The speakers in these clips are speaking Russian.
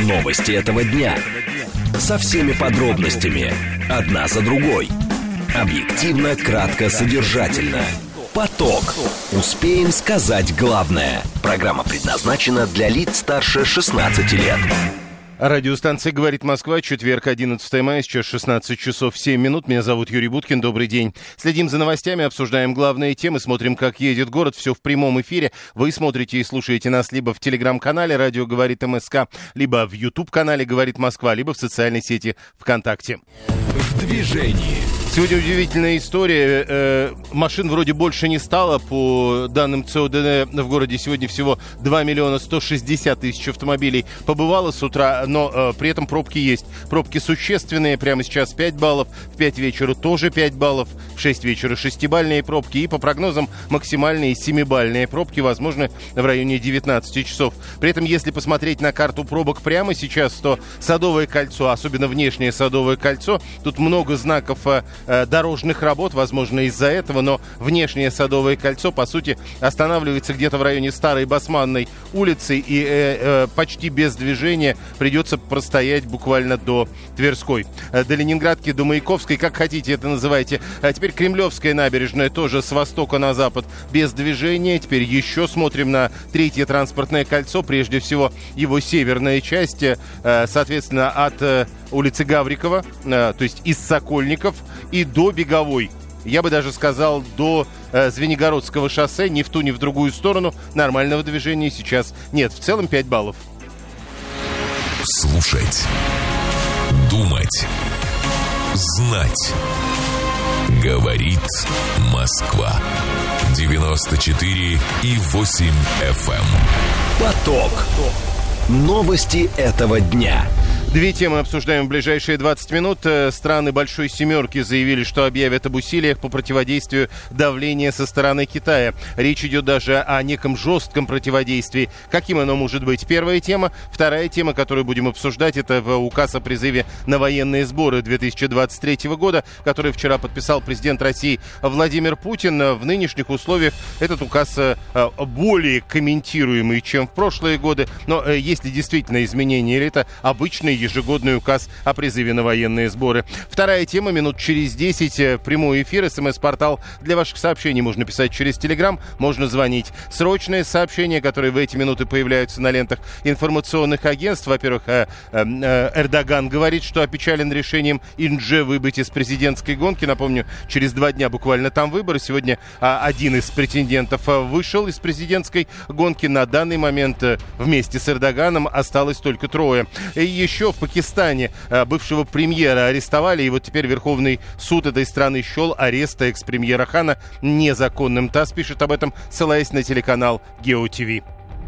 Новости этого дня. Со всеми подробностями. Одна за другой. Объективно, кратко, содержательно. Поток. Успеем сказать главное. Программа предназначена для лиц старше 16 лет. Радиостанция «Говорит Москва», четверг, 11 мая, сейчас 16 часов 7 минут. Меня зовут Юрий Буткин, добрый день. Следим за новостями, обсуждаем главные темы, смотрим, как едет город. Все в прямом эфире. Вы смотрите и слушаете нас либо в телеграм-канале «Радио говорит МСК», либо в YouTube-канале «Говорит Москва», либо в социальной сети ВКонтакте. В движении. Сегодня удивительная история. Машин вроде больше не стало. По данным ЦОДД в городе сегодня всего 2 миллиона 160 тысяч автомобилей побывало с утра, но при этом пробки есть. Пробки существенные. Прямо сейчас 5 баллов. В 5 вечера тоже 5 баллов. В 6 вечера 6-бальные пробки. И по прогнозам максимальные 7-бальные пробки возможны в районе 19 часов. При этом, если посмотреть на карту пробок прямо сейчас, то Садовое кольцо, особенно внешнее Садовое кольцо, тут много знаков дорожных работ, возможно, из-за этого, но внешнее Садовое кольцо, по сути, останавливается где-то в районе Старой Басманной улицы, и почти без движения придется простоять буквально до Тверской. До Ленинградки, до Маяковской, как хотите это называйте. А теперь Кремлевская набережная тоже с востока на запад без движения. Теперь еще смотрим на Третье транспортное кольцо, прежде всего его северная часть, соответственно, от улицы Гаврикова, то есть из Сокольников, и до Беговой. Я бы даже сказал, до Звенигородского шоссе, ни в ту, ни в другую сторону нормального движения сейчас нет. В целом 5 баллов. Слушать. Думать. Знать. Говорит Москва. 94,8 FM. Поток. Новости этого дня. Две темы обсуждаем в ближайшие 20 минут. Страны Большой Семерки заявили, что объявят об усилиях по противодействию давлению со стороны Китая. Речь идет даже о неком жестком противодействии. Каким оно может быть? Первая тема. Вторая тема, которую будем обсуждать, это указ о призыве на военные сборы 2023 года, который вчера подписал президент России Владимир Путин. В нынешних условиях этот указ более комментируемый, чем в прошлые годы. Но есть ли действительно изменения, или это обычный ежегодный указ о призыве на военные сборы? Вторая тема, минут через 10, прямой эфир, СМС-портал для ваших сообщений. Можно писать через Телеграм, можно звонить. Срочные сообщения, которые в эти минуты появляются на лентах информационных агентств. Во-первых, Эрдоган говорит, что опечален решением Индже выбыть из президентской гонки. Напомню, через 2 дня буквально там выборы. Сегодня один из претендентов вышел из президентской гонки. На данный момент вместе с Эрдоганом осталось только 3. И еще в Пакистане бывшего премьера арестовали, и вот теперь Верховный суд этой страны счел арест экс-премьера Хана незаконным. ТАСС пишет об этом, ссылаясь на телеканал Гео-ТВ.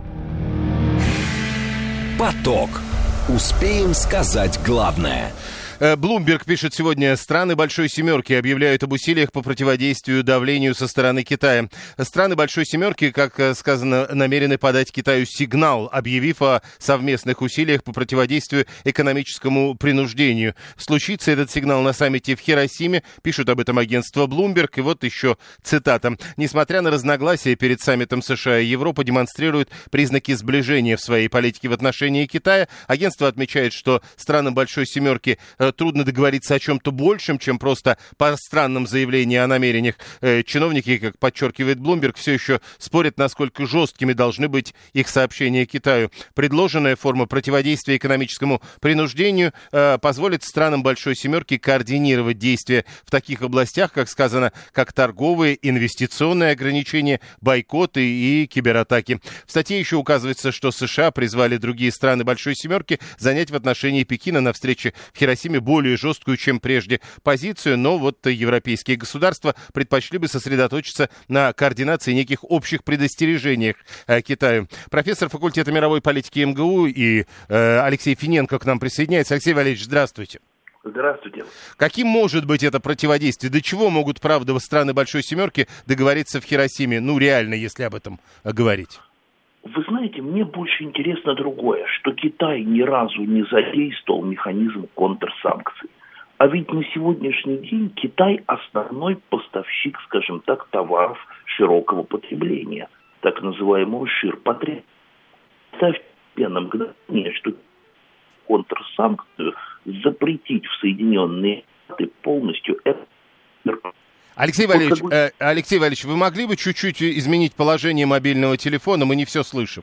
Поток. Успеем сказать главное. Bloomberg пишет сегодня: страны Большой Семерки объявляют об усилиях по противодействию давлению со стороны Китая. Страны Большой Семерки, как сказано, намерены подать Китаю сигнал, объявив о совместных усилиях по противодействию экономическому принуждению. Случится этот сигнал на саммите в Хиросиме, пишут об этом агентство Bloomberg. И вот еще цитата: «Несмотря на разногласия перед саммитом США и Европа демонстрирует признаки сближения в своей политике в отношении Китая. Агентство отмечает, что странам Большой Семерки трудно договориться о чем-то большем, чем просто пространном заявлении о намерениях. Чиновники, как подчеркивает Bloomberg, все еще спорят, насколько жесткими должны быть их сообщения Китаю. Предложенная форма противодействия экономическому принуждению позволит странам Большой Семерки координировать действия в таких областях, как сказано, как торговые, инвестиционные ограничения, бойкоты и кибератаки. В статье еще указывается, что США призвали другие страны Большой Семерки занять в отношении Пекина на встрече в Хиросиме более жесткую, чем прежде, позицию, но вот европейские государства предпочли бы сосредоточиться на координации неких общих предостережениях Китаю. Профессор факультета мировой политики МГУ и Алексей Финенко к нам присоединяется. Алексей Валерьевич, здравствуйте. Здравствуйте. Каким может быть это противодействие? До чего могут, правда, страны Большой Семерки договориться в Хиросиме? Ну, реально, если об этом говорить. Вы знаете, мне больше интересно другое, что Китай ни разу не задействовал механизм контрсанкций. А ведь на сегодняшний день Китай основной поставщик, скажем так, товаров широкого потребления, так называемого ширпотреб. Ставьте на мгновение, что контрсанкцию, запретить в Соединенные Штаты полностью это. Алексей Валерьевич, вы могли бы чуть-чуть изменить положение мобильного телефона? Мы не все слышим.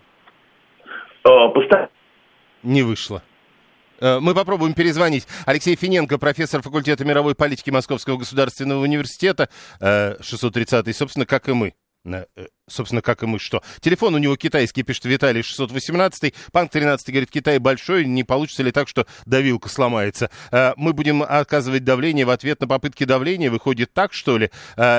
Не вышло. Мы попробуем перезвонить. Алексей Финенко, профессор факультета мировой политики Московского государственного университета, 630-й, собственно, как и мы. Что? Телефон у него китайский, пишет Виталий, 618-й. Панк 13 говорит, Китай большой, не получится ли так, что давилка сломается? Мы будем оказывать давление в ответ на попытки давления, выходит так, что ли?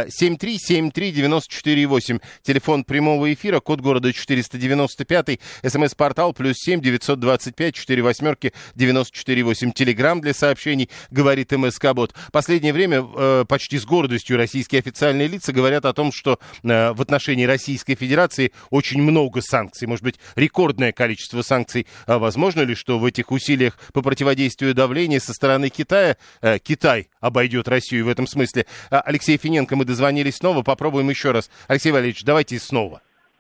7373948, телефон прямого эфира, код города 495, смс-портал +7 925 48 948, телеграм для сообщений, говорит МСК-бот. Последнее время почти с гордостью российские официальные лица говорят о том, что в отношении Российской Федерации очень много санкций, может быть, рекордное количество санкций. Возможно ли, что в этих усилиях по противодействию давлению со стороны Китая Китай обойдет Россию в этом смысле? Алексей Финенко, мы дозвонились снова, попробуем еще раз. Алексей Валерьевич, давайте снова.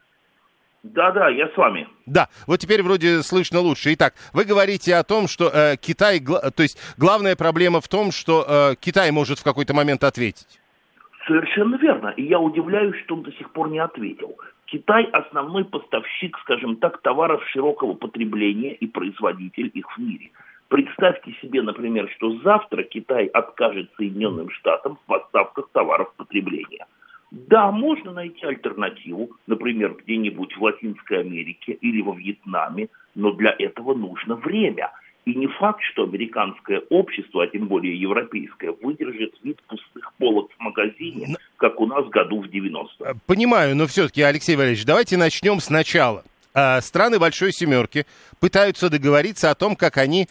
Да, я с вами. Да, вот теперь вроде слышно лучше. Итак, вы говорите о том, что Китай, то есть главная проблема в том, что Китай может в какой-то момент ответить. Совершенно верно. И я удивляюсь, что он до сих пор не ответил. Китай основной поставщик, скажем так, товаров широкого потребления и производитель их в мире. Представьте себе, например, что завтра Китай откажет Соединенным Штатам в поставках товаров потребления. Да, можно найти альтернативу, например, где-нибудь в Латинской Америке или во Вьетнаме, но для этого нужно время. И не факт, что американское общество, а тем более европейское, выдержит вид пустых полок в магазине, как у нас году в 90-м. Понимаю, но все-таки, Алексей Валерьевич, давайте начнем сначала. Страны Большой Семерки пытаются договориться о том, как они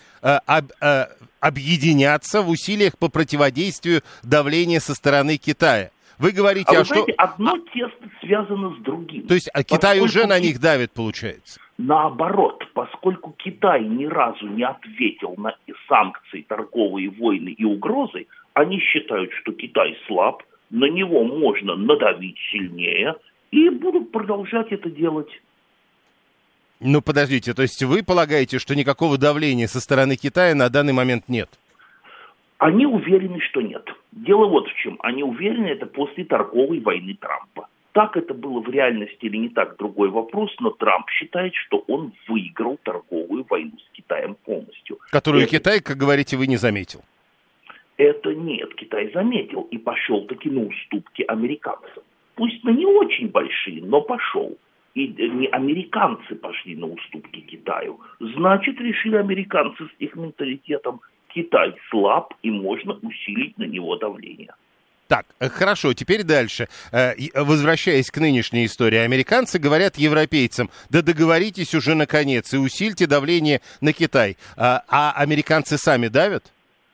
объединятся в усилиях по противодействию давлению со стороны Китая. Вы говорите, знаете, одно тесто связано с другим. То есть Китай уже на них давит, получается? Наоборот, поскольку Китай ни разу не ответил на санкции, торговые войны и угрозы, они считают, что Китай слаб, на него можно надавить сильнее, и будут продолжать это делать. Ну, подождите, то есть вы полагаете, что никакого давления со стороны Китая на данный момент нет? Они уверены, что нет. Дело вот в чем. Они уверены, это после торговой войны Трампа. Так это было в реальности или не так, другой вопрос, но Трамп считает, что он выиграл торговую войну с Китаем полностью. Которую Китай, как говорите, вы не заметил. Это нет, Китай заметил и пошел таки на уступки американцам. Пусть на не очень большие, но пошел. И не американцы пошли на уступки Китаю. Значит, решили американцы с их менталитетом, Китай слаб и можно усилить на него давление. Так, хорошо, теперь дальше. Возвращаясь к нынешней истории, американцы говорят европейцам, да договоритесь уже наконец и усильте давление на Китай. А американцы сами давят?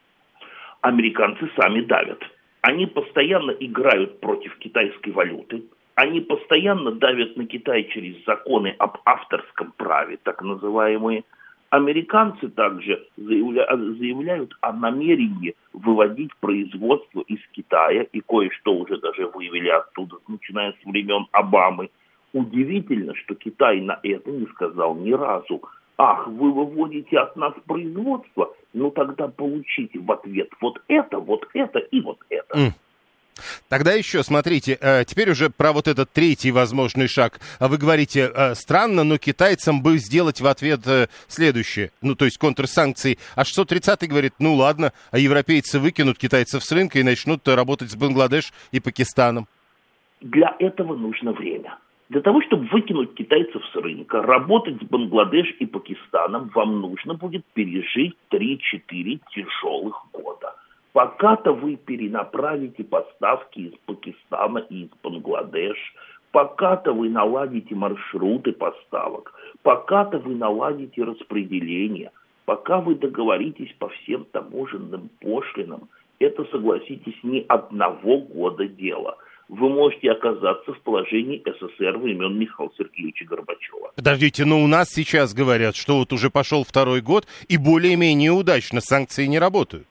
Американцы сами давят. Они постоянно играют против китайской валюты. Они постоянно давят на Китай через законы об авторском праве, так называемые. Американцы также заявляют о намерении выводить производство из Китая, и кое-что уже даже вывели оттуда, начиная с времен Обамы. Удивительно, что Китай на это не сказал ни разу. Ах, вы выводите от нас производство? Ну тогда получите в ответ вот это и вот это. Тогда еще, смотрите, теперь уже про вот этот третий возможный шаг. Вы говорите, странно, но китайцам бы сделать в ответ следующее, ну, то есть контрсанкции. А 630-й говорит, ну, ладно, а европейцы выкинут китайцев с рынка и начнут работать с Бангладеш и Пакистаном. Для этого нужно время. Для того, чтобы выкинуть китайцев с рынка, работать с Бангладеш и Пакистаном, вам нужно будет пережить 3-4 тяжелых года. Пока-то вы перенаправите поставки из Пакистана и из Бангладеш, пока-то вы наладите маршруты поставок, пока-то вы наладите распределение, пока вы договоритесь по всем таможенным пошлинам. Это, согласитесь, не одного года дело. Вы можете оказаться в положении СССР времен Михаила Сергеевича Горбачева. Подождите, но у нас сейчас говорят, что вот уже пошел второй год и более-менее удачно санкции не работают.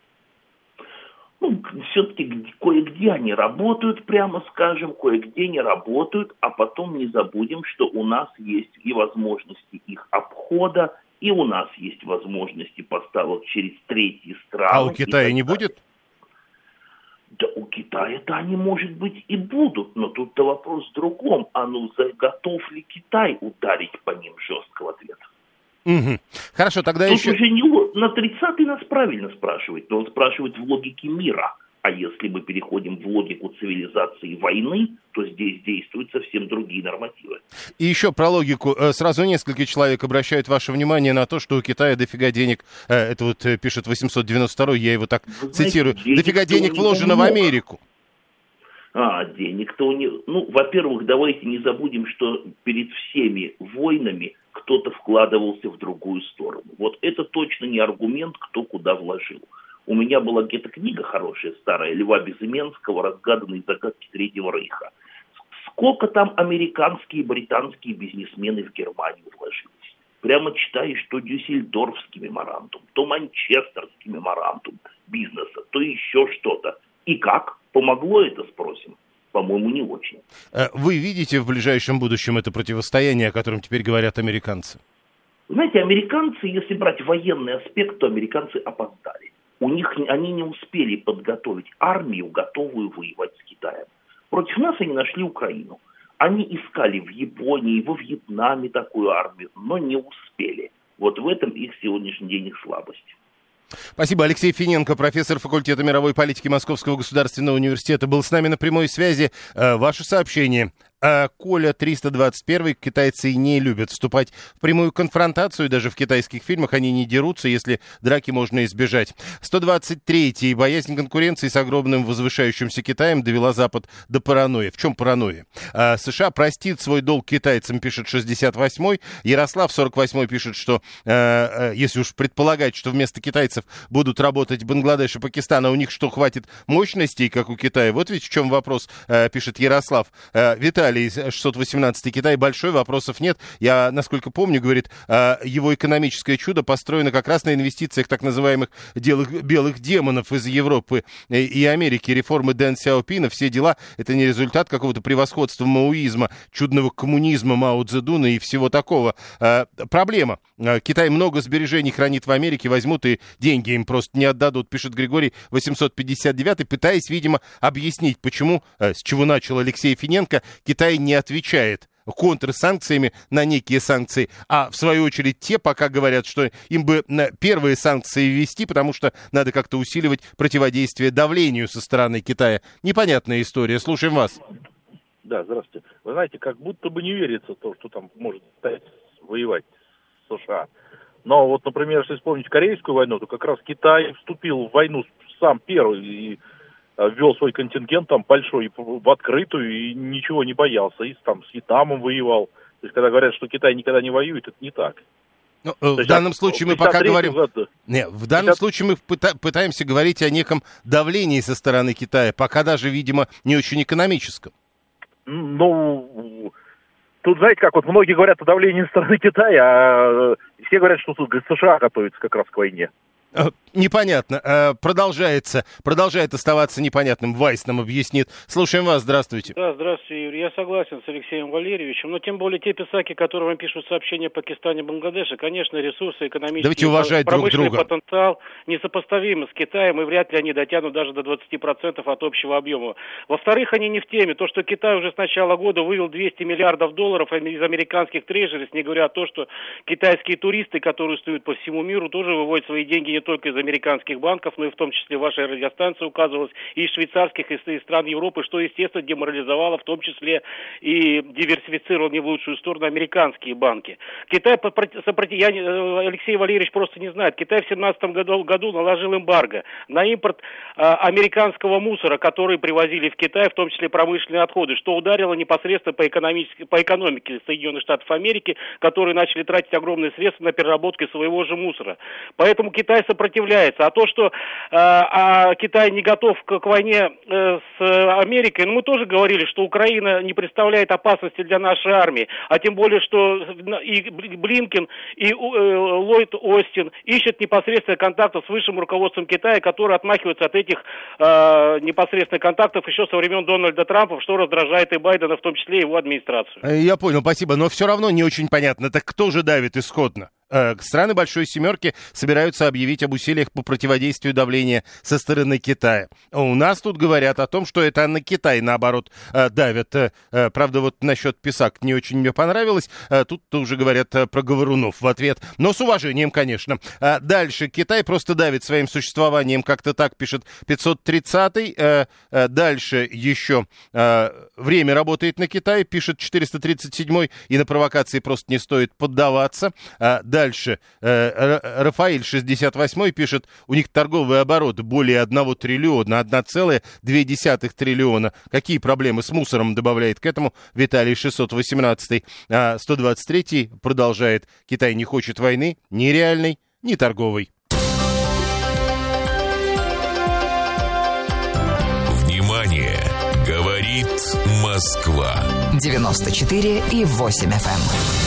Ну, все-таки кое-где они работают, прямо скажем, кое-где не работают, а потом не забудем, что у нас есть и возможности их обхода, И у нас есть возможности поставок через третьи страны. А у Китая не будет? Да у Китая-то они, может быть, и будут, но тут-то вопрос в другом. А ну, готов ли Китай ударить по ним жестко в ответ? Угу. Хорошо, тогда тут еще... уже не на 30-й нас правильно спрашивает, но он спрашивает в логике мира. А если мы переходим в логику цивилизации войны, то здесь действуют совсем другие нормативы. И еще про логику. Сразу несколько человек обращают ваше внимание на то, что у Китая дофига денег, это вот пишет 892, я его так цитирую, дофига денег вложено в Америку. Денег-то у них... Ну, во-первых, давайте не забудем, что перед всеми войнами кто-то вкладывался в другую сторону. Вот это точно не аргумент, кто куда вложил. У меня была где-то книга хорошая, старая, Льва Безыменского «Разгаданные загадки Третьего Рейха». Сколько там американские и британские бизнесмены в Германию вложились. Прямо читаешь, то Дюссельдорфский меморандум, то Манчестерский меморандум бизнеса, то еще что-то. И как? Помогло это, спросим? По-моему, не очень. Вы видите в ближайшем будущем это противостояние, о котором теперь говорят американцы? Знаете, американцы, если брать военный аспект, то американцы опоздали. Они не успели подготовить армию, готовую воевать с Китаем. Против нас они нашли Украину. Они искали в Японии, во Вьетнаме такую армию, но не успели. Вот в этом их сегодняшний день их слабость. Спасибо. Алексей Финенко, профессор факультета мировой политики Московского государственного университета, был с нами на прямой связи. Ваше сообщение. Коля 321, китайцы не любят вступать в прямую конфронтацию, даже в китайских фильмах они не дерутся, если драки можно избежать. 123, боязнь конкуренции с огромным возвышающимся Китаем довела Запад до паранойи. В чем паранойя? США простит свой долг китайцам, пишет 68-й. Ярослав 48-й пишет, что если уж предполагать, что вместо китайцев будут работать Бангладеш и Пакистан, а у них что, хватит мощностей, как у Китая? Вот ведь в чем вопрос, пишет Ярослав. Виталий 618, Китай большой, вопросов нет. Я, насколько помню, говорит, его экономическое чудо построено как раз на инвестициях так называемых белых демонов из Европы и Америки. Реформы Дэн Сяопина, все дела, это не результат какого-то превосходства маоизма, чудного коммунизма Мао Цзэдуна и всего такого. Проблема. Китай много сбережений хранит в Америке, возьмут и деньги им просто не отдадут, пишет Григорий 859, пытаясь, видимо, объяснить, почему, с чего начал Алексей Финенко, Китай не отвечает контрсанкциями на некие санкции, а в свою очередь те пока говорят, что им бы первые санкции ввести, потому что надо как-то усиливать противодействие давлению со стороны Китая. Непонятная история. Слушаем вас. Да, здравствуйте. Вы знаете, как будто бы не верится в то, что там может воевать с США. Но вот, например, если вспомнить Корейскую войну, то как раз Китай вступил в войну сам первый и ввел свой контингент там большой в открытую и ничего не боялся. И там с Вьетнамом воевал. То есть, когда говорят, что Китай никогда не воюет, это не так. Ну, в данном случае мы пока говорим... в данном случае мы пытаемся говорить о неком давлении со стороны Китая, пока даже, видимо, не очень экономическом. Ну, тут, знаете, как вот многие говорят о давлении со стороны Китая, а все говорят, что тут США готовится как раз к войне. Непонятно. Продолжает оставаться непонятным. Вайс нам объяснит. Слушаем вас. Здравствуйте. Да, здравствуйте, Юрий. Я согласен с Алексеем Валерьевичем. Но тем более те писаки, которые вам пишут сообщения о Пакистане и Бангладеше, конечно, ресурсы, экономический, промышленный потенциал несопоставимы с Китаем, и вряд ли они дотянут даже до 20% от общего объема. Во-вторых, они не в теме. То, что Китай уже с начала года вывел $200 миллиардов из американских трежерис, не говоря о том, что китайские туристы, которые стоят по всему миру, тоже выводят свои деньги не только из американских банков, но и в том числе вашей радиостанции указывалось, и из швейцарских, и из стран Европы, что, естественно, деморализовало в том числе и диверсифицировало не в лучшую сторону американские банки. Китай, Алексей Валерьевич просто не знает, Китай в 2017 году наложил эмбарго на импорт американского мусора, который привозили в Китай, в том числе промышленные отходы, что ударило непосредственно по экономике Соединенных Штатов Америки, которые начали тратить огромные средства на переработку своего же мусора. Поэтому Китай сопротивляется. А то, что Китай не готов к войне с Америкой, мы тоже говорили, что Украина не представляет опасности для нашей армии. А тем более, что и Блинкен, и Ллойд Остин ищут непосредственно контактов с высшим руководством Китая, которые отмахиваются от этих непосредственно контактов еще со времен Дональда Трампа, что раздражает и Байдена, в том числе его администрацию. Я понял, спасибо. Но все равно не очень понятно. Так кто же давит исходно? Страны Большой Семерки собираются объявить об усилиях по противодействию давления со стороны Китая. У нас тут говорят о том, что это на Китай, наоборот, давят. Правда, вот насчет ПИСАК не очень мне понравилось. Тут уже говорят про говорунов в ответ. Но с уважением, конечно. Дальше. Китай просто давит своим существованием, как-то так пишет 530-й. Дальше еще время работает на Китай, пишет 437-й. И на провокации просто не стоит поддаваться. Дальше. Рафаэль 68-й пишет, у них торговый оборот более 1 триллиона, 1,2 триллиона. Какие проблемы с мусором, добавляет к этому Виталий 618-й. 123-й продолжает, Китай не хочет войны, ни реальной, ни торговой. Внимание! Говорит Москва. 94,8 FM.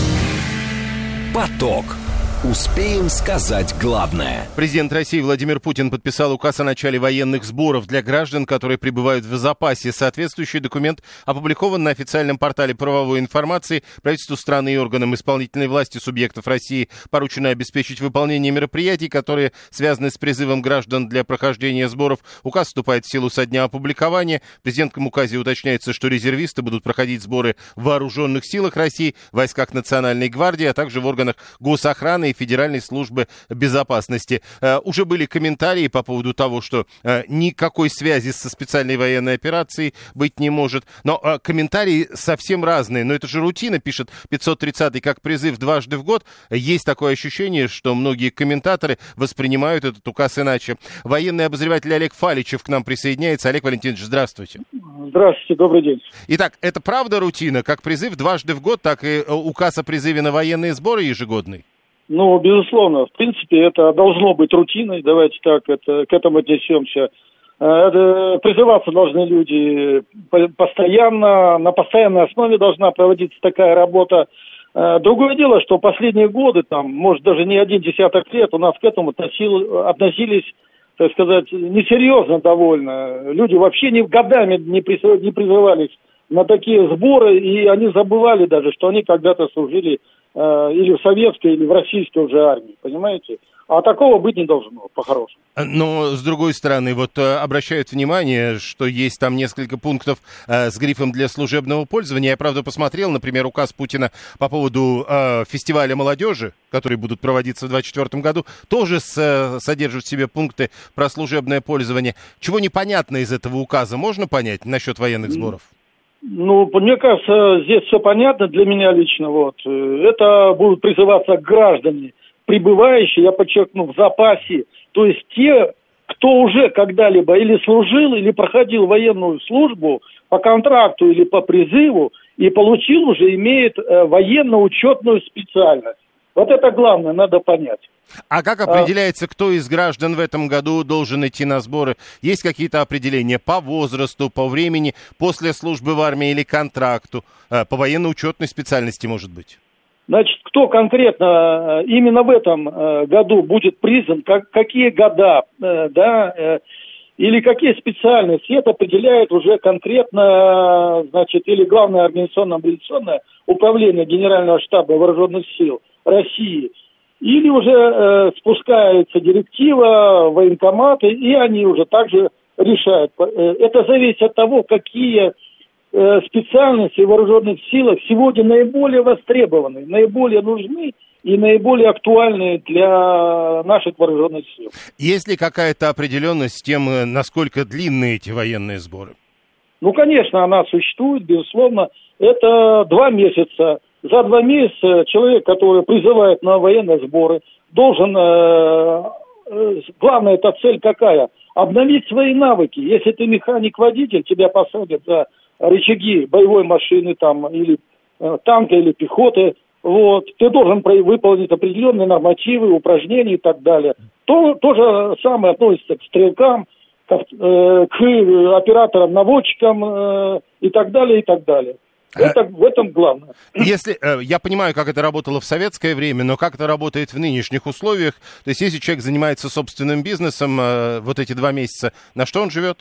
Поток. Успеем сказать главное. Президент России Владимир Путин подписал указ о начале военных сборов для граждан, которые пребывают в запасе. Соответствующий документ опубликован на официальном портале правовой информации. Правительству страны и органам исполнительной власти субъектов России поручено обеспечить выполнение мероприятий, которые связаны с призывом граждан для прохождения сборов. Указ вступает в силу со дня опубликования. В президентском указе уточняется, что резервисты будут проходить сборы в вооруженных силах России, войсках Национальной гвардии, а также в органах госохраны и Федеральной службы безопасности. Уже были комментарии по поводу того, что никакой связи со специальной военной операцией быть не может. Но комментарии совсем разные. Но это же рутина, пишет 530-й, как призыв дважды в год. Есть такое ощущение, что многие комментаторы воспринимают этот указ иначе. Военный обозреватель Олег Фаличев к нам присоединяется. Олег Валентинович, здравствуйте. Здравствуйте, добрый день. Итак, это правда рутина, как призыв дважды в год, так и указ о призыве на военные сборы ежегодный? Ну, безусловно, в принципе, это должно быть рутиной, давайте так к этому отнесемся. Призываться должны люди постоянно, на постоянной основе должна проводиться такая работа. Другое дело, что последние годы, там, может, даже не один десяток лет, у нас к этому относились, так сказать, несерьезно довольно. Люди вообще годами не призывались на такие сборы, и они забывали даже, что они когда-то служили или в советской, или в российской уже армии, понимаете? А такого быть не должно, по-хорошему. Но, с другой стороны, вот обращают внимание, что есть там несколько пунктов с грифом для служебного пользования. Я, правда, посмотрел, например, указ Путина по поводу фестиваля молодежи, которые будут проводиться в 2024 году, тоже содержит в себе пункты про служебное пользование. Чего непонятно из этого указа, можно понять насчет военных сборов? Ну, мне кажется, здесь все понятно для меня лично. Вот. Это будут призываться граждане, пребывающие, я подчеркну, в запасе. То есть те, кто уже когда-либо или служил, или проходил военную службу по контракту или по призыву, и получил уже, имеет военно-учетную специальность. Вот это главное, надо понять. А как определяется, кто из граждан в этом году должен идти на сборы? Есть какие-то определения по возрасту, по времени, после службы в армии или контракту, по военно-учетной специальности, может быть? Значит, кто конкретно именно в этом году будет призван, какие года, или какие специальности, это определяет уже конкретно, значит, или Главное организационно-мобилизационное управление Генерального штаба Вооруженных сил России, или уже спускается директива, военкоматы, и они уже также решают. Это зависит от того, какие специальности в вооруженных силах сегодня наиболее востребованы, наиболее нужны и наиболее актуальны для наших вооруженных сил. Есть ли какая-то определенность с тем, насколько длинны эти военные сборы? Ну, конечно, она существует, безусловно. Это 2 месяца. За 2 месяца человек, который призывает на военные сборы, должен... Главная эта цель какая? Обновить свои навыки. Если ты механик-водитель, тебя посадят за рычаги боевой машины там, или танка, или пехоты. Вот. Ты должен выполнить определенные нормативы, упражнения и так далее. То же самое относится к стрелкам, к операторам-наводчикам и так далее, и так далее. Это в этом главное. Если я понимаю, как это работало в советское время, но как это работает в нынешних условиях? То есть, если человек занимается собственным бизнесом вот эти 2 месяца, на что он живет?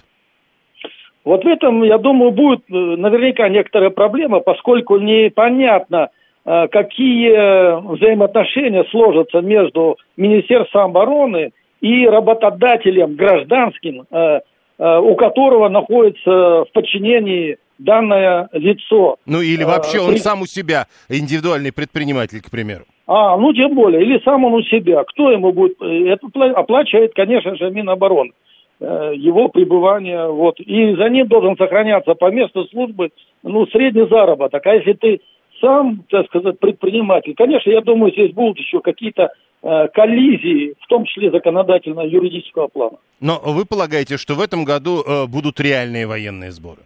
Вот в этом, я думаю, будет наверняка некоторая проблема, поскольку непонятно, какие взаимоотношения сложатся между Министерством обороны и работодателем гражданским, у которого находится в подчинении данное лицо. Ну или вообще он сам у себя индивидуальный предприниматель, к примеру. Ну тем более, или сам он у себя. Кто ему будет? Это оплачивает, конечно же, Минобороны. Его пребывание, вот. И за ним должен сохраняться по месту службы, средний заработок. А если ты сам, так сказать, предприниматель, конечно, я думаю, здесь будут еще какие-то коллизии, в том числе законодательно-юридического плана. Но вы полагаете, что в этом году будут реальные военные сборы?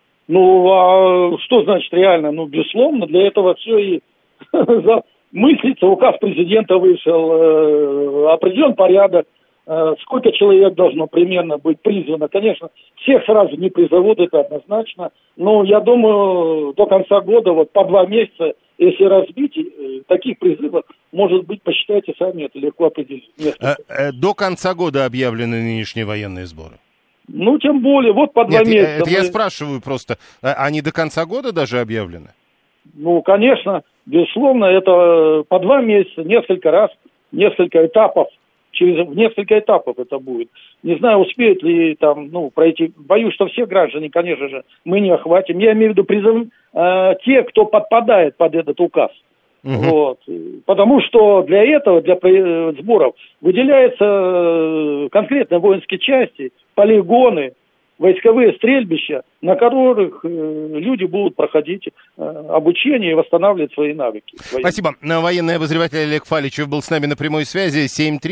Что значит реально? Безусловно, для этого все и мыслится, указ президента вышел, определен порядок, сколько человек должно примерно быть призвано. Конечно, всех сразу не призовут, это однозначно. Но я думаю, до конца года, по 2 месяца, если разбить, таких призывов, может быть, посчитайте сами, это легко определить. До конца года объявлены нынешние военные сборы? Тем более, по 2 месяца. Это я спрашиваю просто, они до конца года даже объявлены? Конечно, безусловно, это по 2 месяца, несколько раз, несколько этапов. В несколько этапов это будет. Не знаю, успеют ли пройти. Боюсь, что все граждане, конечно же, мы не охватим. Я имею в виду призыв те, кто подпадает под этот указ. Вот. Потому что для этого, для сборов, выделяются конкретные воинские части, полигоны, войсковые стрельбища, на которых люди будут проходить обучение и восстанавливать свои навыки. Спасибо. Военный обозреватель Олег Фаличев был с нами на прямой связи.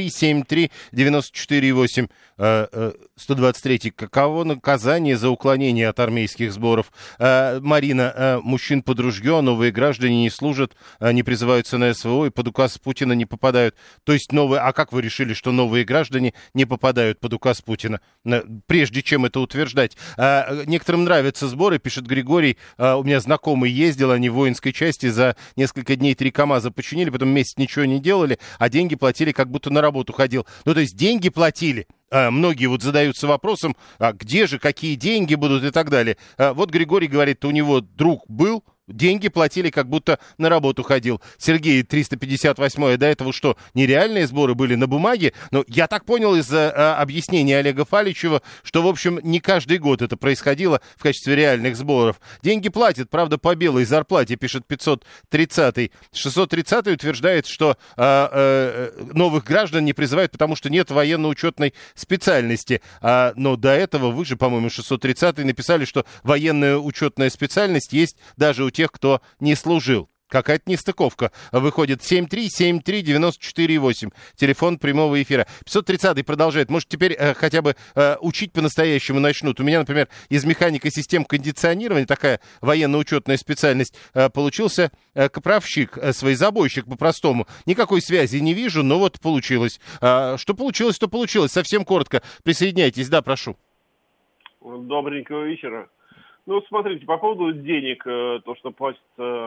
7373948. 123. Каково наказание за уклонение от армейских сборов? Марина, мужчин под ружье, новые граждане не служат, не призываются на СВО и под указ Путина не попадают. То есть новые... А как вы решили, что новые граждане не попадают под указ Путина? Прежде чем это утверждать. Некоторым нравятся сборы, пишет Григорий. У меня знакомый ездил, они в воинской части за несколько дней 3 КАМАЗа починили, потом месяц ничего не делали, а деньги платили, как будто на работу ходил. То есть деньги платили. Многие задаются вопросом, где же, какие деньги будут и так далее. Григорий говорит, у него друг был, деньги платили, как будто на работу ходил. Сергей, 358-е, до этого что, нереальные сборы были на бумаге? Но я так понял из объяснения Олега Фаличева, что, в общем, не каждый год это происходило в качестве реальных сборов. Деньги платят, правда, по белой зарплате, пишет 530-й. 630-й утверждает, что новых граждан не призывают, потому что нет военно-учетной специальности. Но до этого вы же, по-моему, 630-й написали, что военная учетная специальность есть даже у тех, кто не служил. Какая-то нестыковка. Выходит 7373948. Телефон прямого эфира. 530-й продолжает. Может, теперь хотя бы учить по-настоящему начнут. У меня, например, из механика систем кондиционирования, такая военно-учетная специальность, получился капровщик, своезабойщик по-простому. Никакой связи не вижу, но получилось. Что получилось, то получилось. Совсем коротко. Присоединяйтесь. Да, прошу. Добренького вечера. Смотрите, по поводу денег, то, что платят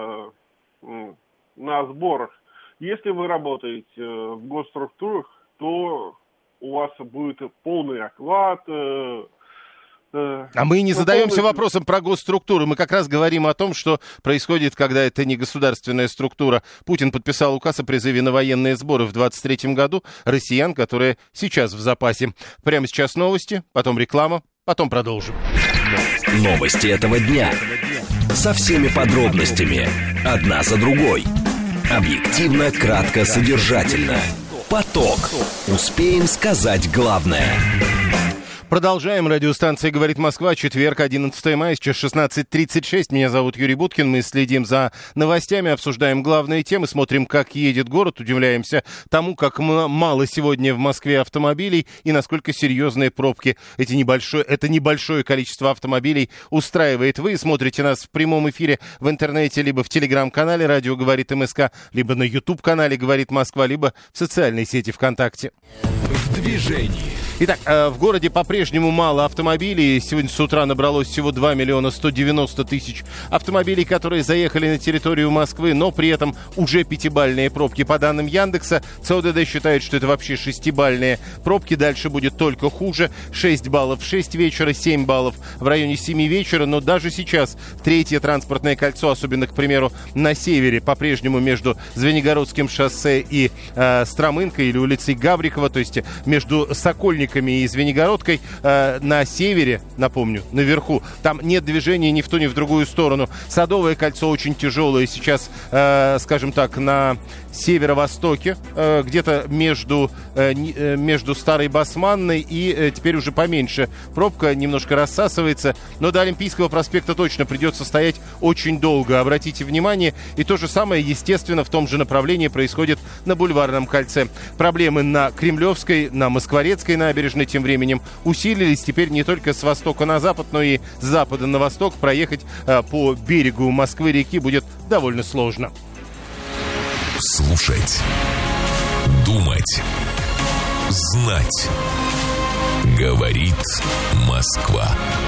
на сборах. Если вы работаете в госструктурах, то у вас будет полный оклад. А мы не задаемся вопросом про госструктуру. Мы как раз говорим о том, что происходит, когда это не государственная структура. Путин подписал указ о призыве на военные сборы в 2023 году россиян, которые сейчас в запасе. Прямо сейчас новости, потом реклама, потом продолжим. Новости этого дня. Со всеми подробностями. Одна за другой. Объективно, кратко, содержательно. Поток. Успеем сказать главное. Продолжаем. Радиостанция «Говорит Москва». Четверг, 11 мая, сейчас 16:36. Меня зовут Юрий Буткин. Мы следим за новостями, обсуждаем главные темы, смотрим, как едет город, удивляемся тому, как мало сегодня в Москве автомобилей и насколько серьезные пробки. Это небольшое количество автомобилей устраивает. Вы смотрите нас в прямом эфире в интернете, либо в телеграм-канале «Радио говорит МСК», либо на YouTube-канале «Говорит Москва», либо в социальной сети ВКонтакте. движении. Итак, в городе по-прежнему мало автомобилей. Сегодня с утра набралось всего 2 миллиона 190 тысяч автомобилей, которые заехали на территорию Москвы, но при этом уже 5-бальные пробки. По данным Яндекса, ЦОДД считает, что это вообще 6-бальные пробки. Дальше будет только хуже. 6 баллов в 6 вечера, 7 баллов в районе 7 вечера. Но даже сейчас третье транспортное кольцо, особенно, к примеру, на севере, по-прежнему между Звенигородским шоссе и Стромынкой или улицей Гаврикова, то есть между Сокольниками и Звенигородкой, на севере, напомню, наверху, там нет движения ни в ту, ни в другую сторону. Садовое кольцо очень тяжелое сейчас, скажем так, на северо-востоке, где-то между Старой Басманной и теперь уже поменьше. Пробка немножко рассасывается, но до Олимпийского проспекта точно придется стоять очень долго. Обратите внимание, и то же самое, естественно, в том же направлении происходит на Бульварном кольце. Проблемы на Кремлевской, на Москворецкой набережной тем временем усилились. Теперь не только с востока на запад, но и с запада на восток проехать по берегу Москвы-реки будет довольно сложно. Слушать, думать, знать. Говорит Москва.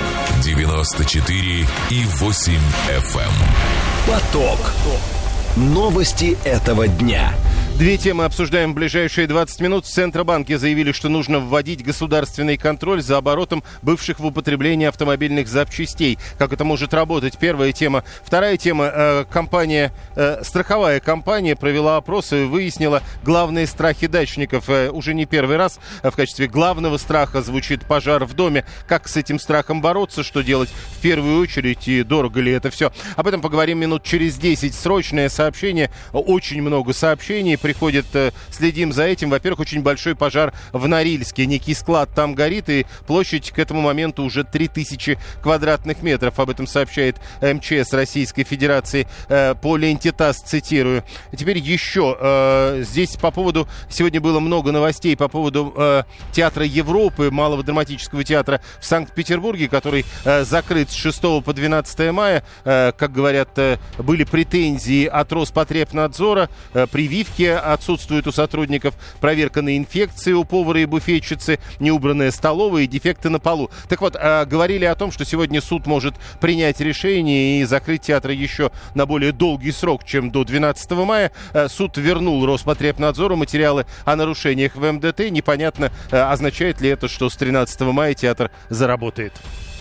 94,8 FM. Поток. Новости этого дня. Две темы обсуждаем в ближайшие 20 минут. В Центробанке заявили, что нужно вводить государственный контроль за оборотом бывших в употреблении автомобильных запчастей. Как это может работать? Первая тема. Вторая тема. Страховая компания провела опрос и выяснила главные страхи дачников. Уже не первый раз в качестве главного страха звучит пожар в доме. Как с этим страхом бороться? Что делать в первую очередь? И дорого ли это все? Об этом поговорим минут через 10. Срочное сообщение. Очень много сообщений приходит, следим за этим. Во-первых, очень большой пожар в Норильске. Некий склад там горит, и площадь к этому моменту уже 3000 квадратных метров. Об этом сообщает МЧС Российской Федерации по ленте ТАСС, цитирую. Теперь еще здесь по поводу... Сегодня было много новостей по поводу Театра Европы, Малого драматического театра в Санкт-Петербурге, который закрыт с 6 по 12 мая. Как говорят, были претензии от Роспотребнадзора, прививки отсутствуют у сотрудников, проверка на инфекции у повара и буфетчицы, неубранная столовая и дефекты на полу. Так вот, говорили о том, что сегодня суд может принять решение и закрыть театр еще на более долгий срок, чем до 12 мая. Суд вернул Роспотребнадзору материалы о нарушениях в МДТ. Непонятно, означает ли это, что с 13 мая театр заработает.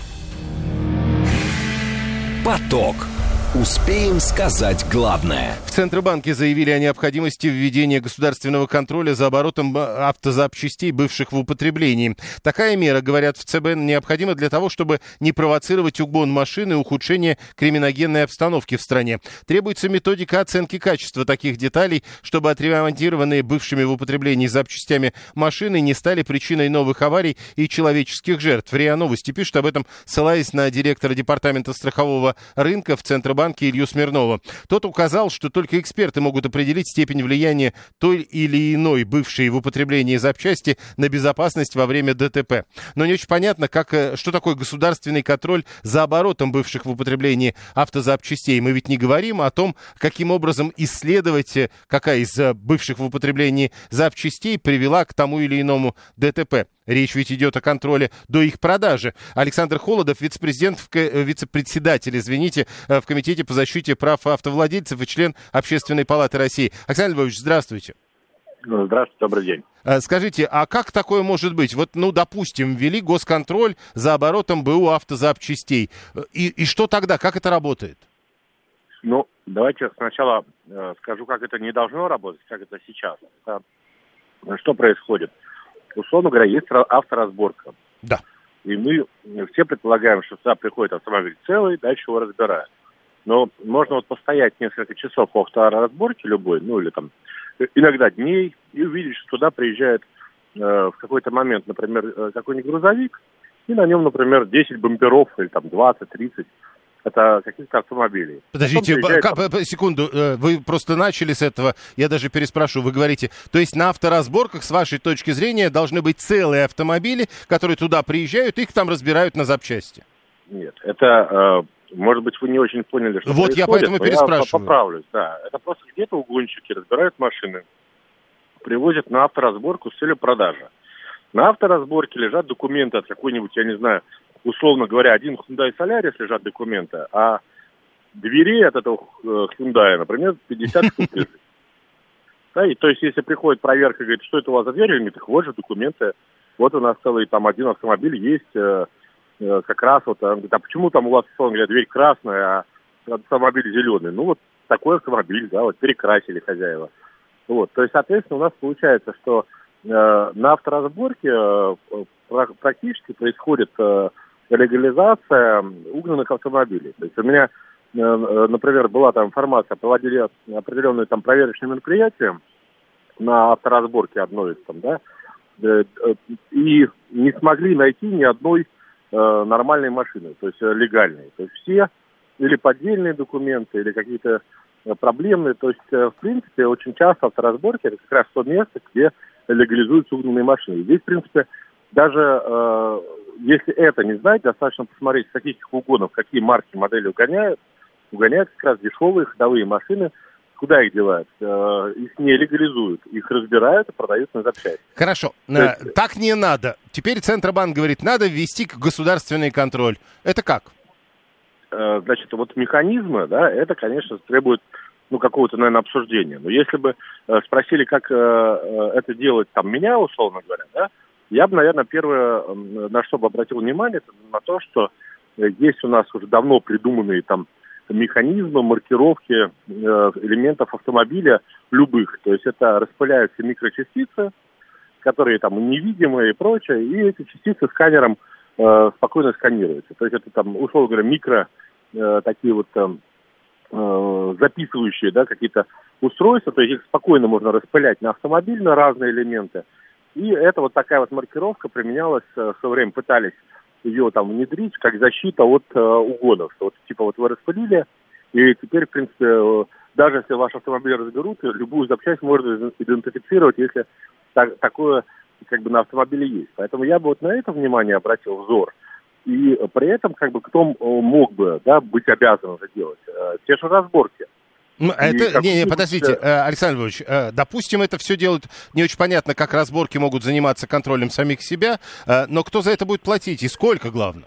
Поток. Успеем сказать главное. В Центробанке заявили о необходимости введения государственного контроля за оборотом автозапчастей, бывших в употреблении. Такая мера, говорят в ЦБ, необходима для того, чтобы не провоцировать угон машин и ухудшение криминогенной обстановки в стране. Требуется методика оценки качества таких деталей, чтобы отремонтированные бывшими в употреблении запчастями машины не стали причиной новых аварий и человеческих жертв. РИА Новости пишет об этом, ссылаясь на директора департамента страхового рынка в Центробанке Илью Смирнова. Тот указал, что только эксперты могут определить степень влияния той или иной бывшей в употреблении запчасти на безопасность во время ДТП. Но не очень понятно, что такое государственный контроль за оборотом бывших в употреблении автозапчастей. Мы ведь не говорим о том, каким образом исследовать, какая из бывших в употреблении запчастей привела к тому или иному ДТП. Речь ведь идет о контроле до их продажи. Александр Холодов, вице-председатель, в Комитете по защите прав автовладельцев и член Общественной палаты России. Александр Львович, здравствуйте. Здравствуйте, добрый день. Скажите, а как такое может быть? Вот, допустим, ввели госконтроль за оборотом БУ автозапчастей. И что тогда? Как это работает? Давайте сначала скажу, как это не должно работать, как это сейчас. Что происходит? Условно говоря, есть авторазборка. Да. И мы все предполагаем, что сюда приходит автомобиль целый, дальше его разбирают. Но можно постоять несколько часов в авторазборке любой, или там иногда дней, и увидеть, что туда приезжает в какой-то момент, например, какой-нибудь грузовик, и на нем, например, 10 бамперов или там 20-30. Это каких-то автомобилей. Подождите, секунду, вы просто начали с этого, я даже переспрошу, вы говорите, то есть на авторазборках, с вашей точки зрения, должны быть целые автомобили, которые туда приезжают, их там разбирают на запчасти? Нет, это, может быть, вы не очень поняли, что происходит. Я поэтому переспрашиваю. Я поправлюсь, да. Это просто где-то угонщики разбирают машины, привозят на авторазборку с целью продажи. На авторазборке лежат документы от какой-нибудь, я не знаю, условно говоря, один Hyundai Solaris лежат документы, а дверей от этого Hyundai, например, 50 штук лежит. Да, и то есть, если приходит проверка и говорит, что это у вас за дверь, говорит, вот же документы, вот у нас целый там один автомобиль есть, как раз вот, он говорит, а почему там у вас, условно говоря, дверь красная, а автомобиль зеленый? Ну, вот такой автомобиль, да, вот перекрасили хозяева. Вот, то есть, соответственно, у нас получается, что на авторазборке практически происходит легализация угнанных автомобилей. То есть у меня, например, была там информация, проводили определенные там проверочные мероприятия на авторазборке одной из там, да, и не смогли найти ни одной нормальной машины, то есть легальной. То есть все или поддельные документы, или какие-то проблемные. То есть, в принципе, очень часто авторазборки это как раз то место, где легализуются угнанные машины. Здесь, в принципе, даже если это не знать, достаточно посмотреть статистику угонов, какие марки, модели угоняют как раз дешевые ходовые машины. Куда их девают? Их не легализуют, их разбирают и продают на запчасти. Хорошо, так не надо. Теперь Центробанк говорит, надо ввести государственный контроль. Это как? Значит, вот механизмы, да, это, конечно, требует, какого-то, наверное, обсуждения. Но если бы спросили, как это делать, там, меня, условно говоря, да, я бы, наверное, первое, на что бы обратил внимание, это на то, что есть у нас уже давно придуманные там механизмы маркировки элементов автомобиля любых. То есть это распыляются микрочастицы, которые там невидимые и прочее, и эти частицы сканером спокойно сканируются. То есть это там, условно говоря, микро такие вот записывающие, да, какие-то устройства, то есть их спокойно можно распылять на автомобиль, на разные элементы. И это вот такая вот маркировка применялась в свое время, пытались ее там внедрить как защита от угонов. Что вот типа вот вы распылили, и теперь, в принципе, даже если ваш автомобиль разберут, любую запчасть можно идентифицировать, если такое как бы на автомобиле есть. Поэтому я бы вот на это внимание обратил взор. И при этом, как бы, кто мог бы, да, быть обязан это делать? Те же разборки. Подождите, Александр Львович, допустим, это все делают, не очень понятно, как разборки могут заниматься контролем самих себя, но кто за это будет платить и сколько, главное?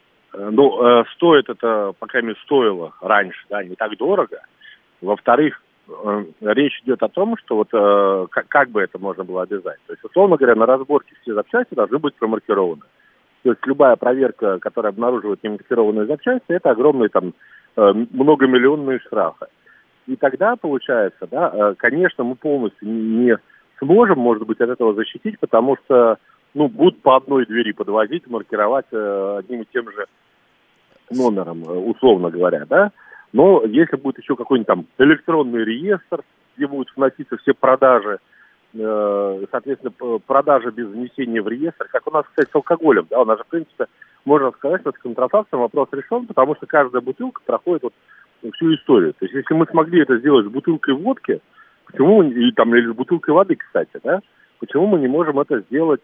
Стоит это, по крайней мере, стоило раньше, да, не так дорого. Во-вторых, речь идет о том, что вот как бы это можно было обязать. То есть, условно говоря, на разборке все запчасти должны быть промаркированы. То есть любая проверка, которая обнаруживает немаркированные запчасти, это огромные там многомиллионные штрафы. И тогда, получается, да, конечно, мы полностью не сможем, может быть, от этого защитить, потому что, будут по одной двери подвозить, маркировать одним и тем же номером, условно говоря, да. Но если будет еще какой-нибудь там электронный реестр, где будут вноситься все продажи, соответственно, продажи без внесения в реестр, как у нас, кстати, с алкоголем, да, у нас же, в принципе, можно сказать, что с контрафактом вопрос решен, потому что каждая бутылка проходит вот всю историю. То есть, если мы смогли это сделать с бутылкой водки, почему, или с бутылкой воды, кстати, да, почему мы не можем это сделать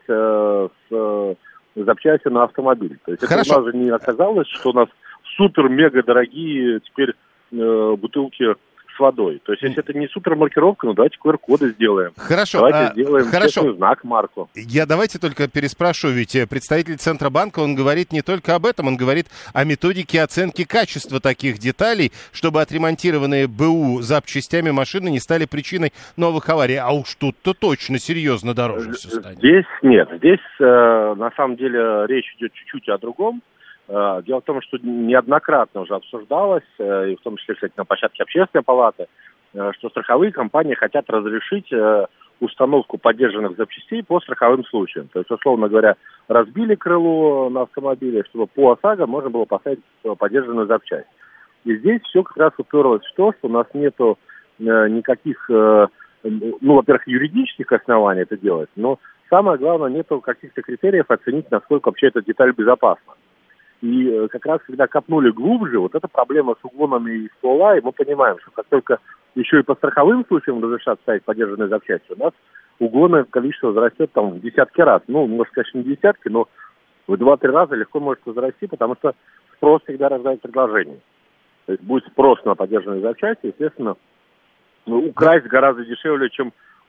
с запчастью на автомобиль? То есть, это у нас же не оказалось, что у нас супер-мега дорогие теперь бутылки с водой. То есть, если это не супермаркировка, давайте QR-коды сделаем. Хорошо. Давайте сделаем честный знак, марку. Давайте только переспрошу, ведь представитель Центробанка, он говорит не только об этом, он говорит о методике оценки качества таких деталей, чтобы отремонтированные БУ запчастями машины не стали причиной новых аварий. А уж тут-то точно серьезно дороже все станет. Здесь нет. Здесь, на самом деле, речь идет чуть-чуть о другом. Дело в том, что неоднократно уже обсуждалось, и в том числе, кстати, на площадке Общественной палаты, что страховые компании хотят разрешить установку подержанных запчастей по страховым случаям. То есть, условно говоря, разбили крыло на автомобиле, чтобы по ОСАГО можно было поставить подержанную запчасть. И здесь все как раз уперлось в то, что у нас нету никаких, во-первых, юридических оснований это делать, но самое главное, нету каких-то критериев оценить, насколько вообще эта деталь безопасна. И как раз, когда копнули глубже, вот эта проблема с угонами из ствола, и мы понимаем, что как только еще и по страховым случаям разрешат ставить подержанные запчасти, у нас угоны количество возрастет там в десятки раз. Может, конечно, не десятки, но в 2-3 раза легко может возрасти, потому что спрос всегда рождает предложение. То есть будет спрос на подержанные запчасти, естественно, украсть гораздо дешевле, чем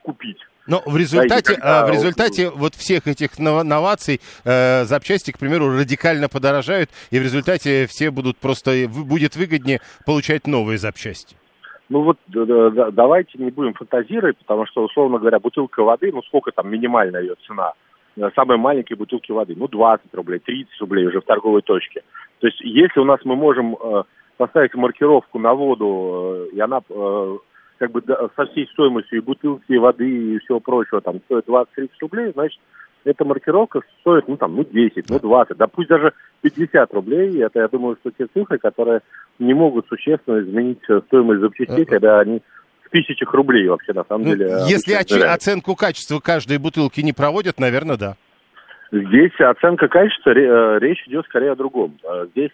купить. Но в результате вот всех этих новаций запчасти, к примеру, радикально подорожают, и в результате все будет выгоднее получать новые запчасти. Ну вот давайте не будем фантазировать, потому что, условно говоря, бутылка воды, ну сколько там минимальная ее цена? Самые маленькие бутылки воды, 20 рублей, 30 рублей уже в торговой точке. То есть если у нас мы можем поставить маркировку на воду, и она как бы со всей стоимостью и бутылки, и воды, и всего прочего там стоит 20-30 рублей, значит, эта маркировка стоит, 10, 20, да пусть даже 50 рублей. Это, я думаю, что те цифры, которые не могут существенно изменить стоимость запчастей, когда они в тысячах рублей вообще, на самом деле. Если оценку качества каждой бутылки не проводят, наверное, да. Здесь оценка качества, речь идет скорее о другом. Здесь,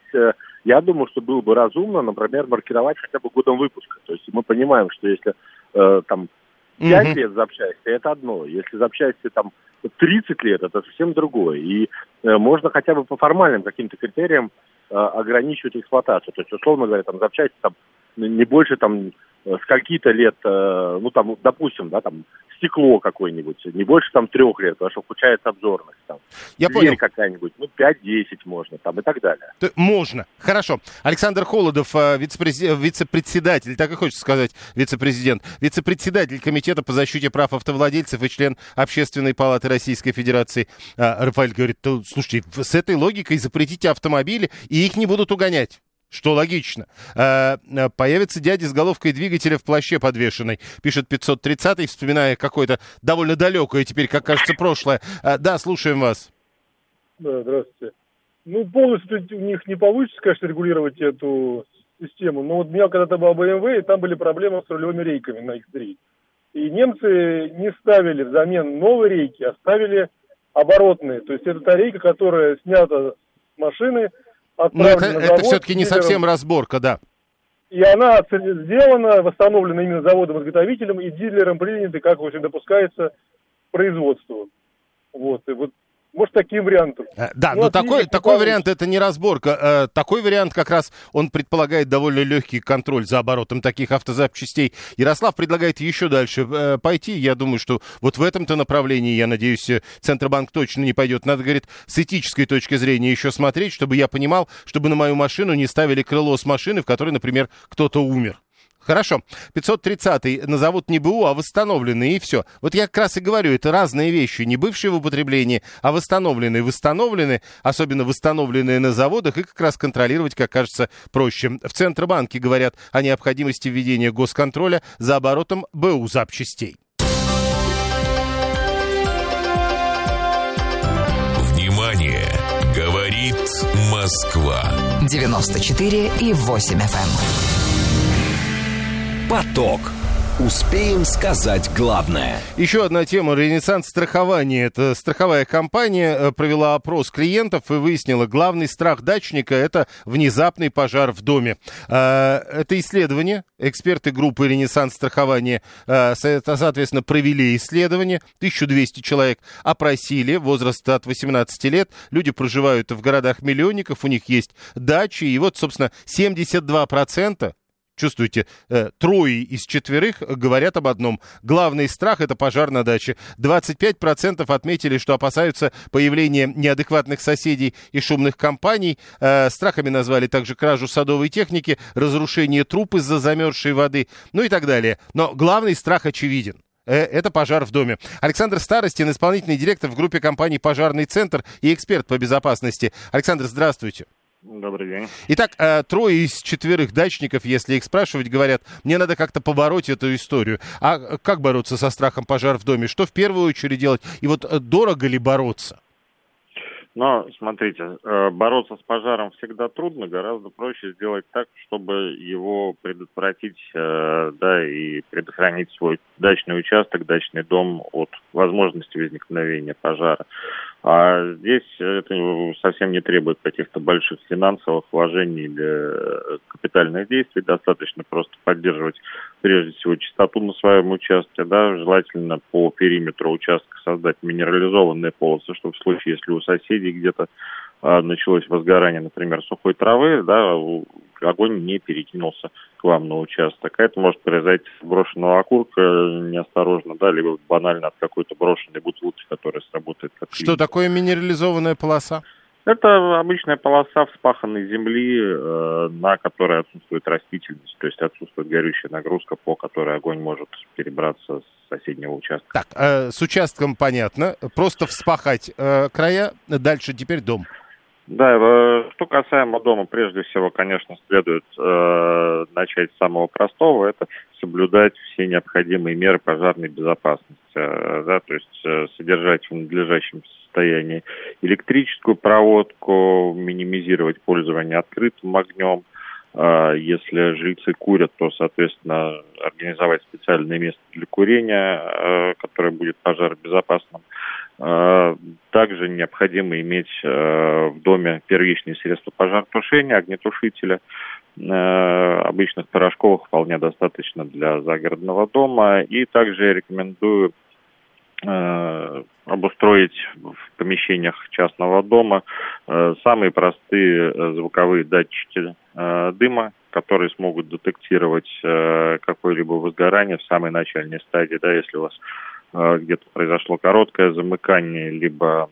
я думаю, что было бы разумно, например, маркировать хотя бы годом выпуска. То есть мы понимаем, что если там 5 лет запчасти, это одно. Если запчасти там 30 лет, это совсем другое. И можно хотя бы по формальным каким-то критериям ограничивать эксплуатацию. То есть, условно говоря, там запчасти там не больше там скольки-то лет, допустим, стекло какое-нибудь, не больше 3 лет, потому что включается обзорность, Я понял. какая-нибудь, 5-10 можно, и так далее. Можно. Хорошо. Александр Холодов, вице-председатель, так и хочется сказать, вице-председатель Комитета по защите прав автовладельцев и член Общественной палаты Российской Федерации. Рафаэль говорит, слушайте, с этой логикой запретите автомобили, и их не будут угонять. Что логично. Появится дядя с головкой двигателя в плаще подвешенной, пишет 530-й, вспоминая какое-то довольно далекое теперь, как кажется, прошлое. Да, слушаем вас. Да, здравствуйте. Полностью у них не получится, конечно, регулировать эту систему. Но вот у меня когда-то была BMW, и там были проблемы с рулевыми рейками на X3. И немцы не ставили взамен новые рейки, а ставили оборотные. То есть это та рейка, которая снята с машины, это все-таки не совсем разборка, да. И она сделана, восстановлена именно заводом-изготовителем, и дилером принята, как, в общем, допускается к производству. Может, таким вариантом. Да, но такой вариант это не разборка. Такой вариант как раз он предполагает довольно легкий контроль за оборотом таких автозапчастей. Ярослав предлагает еще дальше пойти. Я думаю, что вот в этом-то направлении, я надеюсь, Центробанк точно не пойдет. Надо, говорит, с этической точки зрения еще смотреть, чтобы я понимал, чтобы на мою машину не ставили крыло с машины, в которой, например, кто-то умер. Хорошо. 530-й назовут не БУ, а восстановленные, и все. Вот я как раз и говорю, это разные вещи, не бывшие в употреблении, а восстановленные. Восстановлены, особенно восстановленные на заводах, и как раз контролировать, как кажется, проще. В Центробанке говорят о необходимости введения госконтроля за оборотом БУ запчастей. Внимание! Говорит Москва. 94,8 FM. Поток. Успеем сказать главное. Еще одна тема. Ренессанс страхования. Это страховая компания провела опрос клиентов и выяснила, главный страх дачника – это внезапный пожар в доме. Это исследование. Эксперты группы Ренессанс страхования, соответственно, провели исследование. 1200 человек опросили, возраст от 18 лет. Люди проживают в городах-миллионниках, у них есть дачи. И вот, собственно, 72%. Чувствуете, 3 из 4 говорят об одном. Главный страх – это пожар на даче. 25% отметили, что опасаются появления неадекватных соседей и шумных компаний. Страхами назвали также кражу садовой техники, разрушение труб из-за замерзшей воды, и так далее. Но главный страх очевиден. Это пожар в доме. Александр Старостин, исполнительный директор в группе компаний «Пожарный центр» и эксперт по безопасности. Александр, здравствуйте. Добрый день. Итак, 3 из 4 дачников, если их спрашивать, говорят, мне надо как-то побороть эту историю. А как бороться со страхом пожара в доме? Что в первую очередь делать? И вот дорого ли бороться? Смотрите, бороться с пожаром всегда трудно, гораздо проще сделать так, чтобы его предотвратить, и предохранить свой дачный участок, дачный дом от возможности возникновения пожара. А здесь это совсем не требует каких-то больших финансовых вложений или капитальных действий. Достаточно просто поддерживать, прежде всего, чистоту на своем участке. Желательно по периметру участка создать минерализованные полосы, чтобы в случае, если у соседей где-то началось возгорание, например, сухой травы, огонь не перекинулся к вам на участок. А это может произойти с брошенного окурка неосторожно, да, либо банально от какой-то брошенной бутылки, которая сработает как Что такое минерализованная полоса? Это обычная полоса вспаханной земли, на которой отсутствует растительность, то есть отсутствует горючая нагрузка, по которой огонь может перебраться с соседнего участка. Так, с участком понятно. Просто вспахать края, дальше теперь дом. Да, что касаемо дома, прежде всего, конечно, следует начать с самого простого, это соблюдать все необходимые меры пожарной безопасности, да, то есть содержать в надлежащем состоянии электрическую проводку, минимизировать пользование открытым огнем. Если жильцы курят, то, соответственно, организовать специальное место для курения, которое будет пожаробезопасным. Также необходимо иметь в доме первичные средства пожаротушения, огнетушителя. Обычных порошковых вполне достаточно для загородного дома. И также я рекомендую обустроить в помещениях частного дома самые простые звуковые датчики дыма, которые смогут детектировать какое-либо возгорание в самой начальной стадии, да, если у вас где-то произошло короткое замыкание, либо,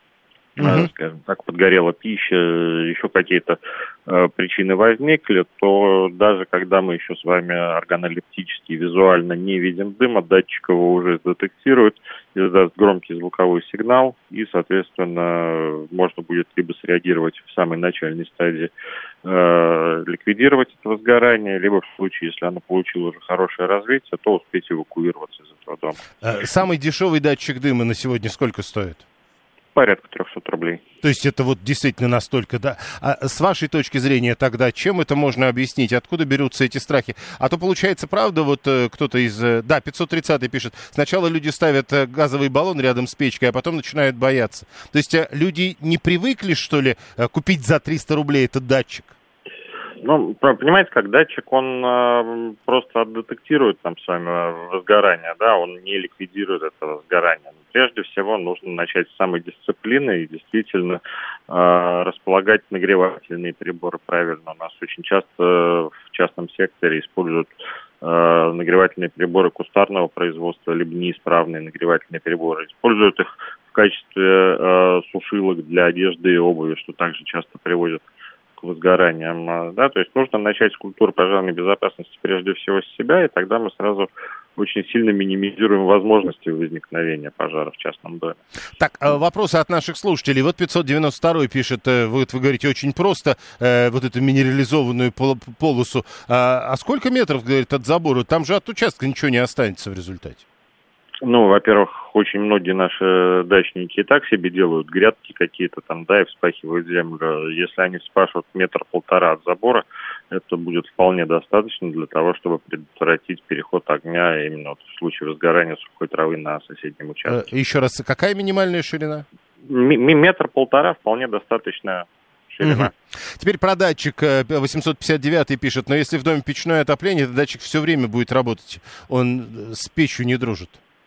скажем так, подгорела пища, еще какие-то причины возникли, то даже когда мы еще с вами органолептически и визуально не видим дыма, датчик его уже детектирует, издаст громкий звуковой сигнал, и, соответственно, можно будет либо среагировать в самой начальной стадии, ликвидировать это возгорание, либо в случае, если оно получило уже хорошее развитие, то успеть эвакуироваться из этого дома. Самый дешевый датчик дыма на сегодня сколько стоит? Порядка 300 рублей. То есть это вот действительно настолько, да. А с вашей точки зрения тогда, чем это можно объяснить? Откуда берутся эти страхи? А то получается, правда, вот кто-то из... Да, 530-й пишет, сначала люди ставят газовый баллон рядом с печкой, а потом начинают бояться. То есть люди не привыкли, что ли, купить за 300 рублей этот датчик? Ну, понимаете, как датчик, он просто детектирует там с вами возгорание, да, он не ликвидирует это возгорание. Прежде всего, нужно начать с самой дисциплины и действительно располагать нагревательные приборы правильно. У нас очень часто в частном секторе используют нагревательные приборы кустарного производства, либо неисправные нагревательные приборы. Используют их в качестве сушилок для одежды и обуви, что также часто приводит к возгораниям. Да? То есть нужно начать с культуры пожарной безопасности прежде всего с себя, и тогда мы сразу очень сильно минимизируем возможности возникновения пожара в частном доме. Так, вопросы от наших слушателей. Вот 592-й пишет, вот вы говорите, очень просто, вот эту минерализованную полосу. А сколько метров, говорит, от забора? Там же от участка ничего не останется в результате. Ну, во-первых, очень многие наши дачники и так себе делают грядки какие-то там, да, и вспахивают землю. Если они вспашут 1-1,5 метра от забора, это будет вполне достаточно для того, чтобы предотвратить переход огня именно вот в случае возгорания сухой травы на соседнем участке. Еще раз, какая минимальная ширина? 1-1,5 вполне достаточная ширина. Угу. Теперь про датчик. 859 пишет, но если в доме печное отопление, то датчик все время будет работать. Он с печью не дружит.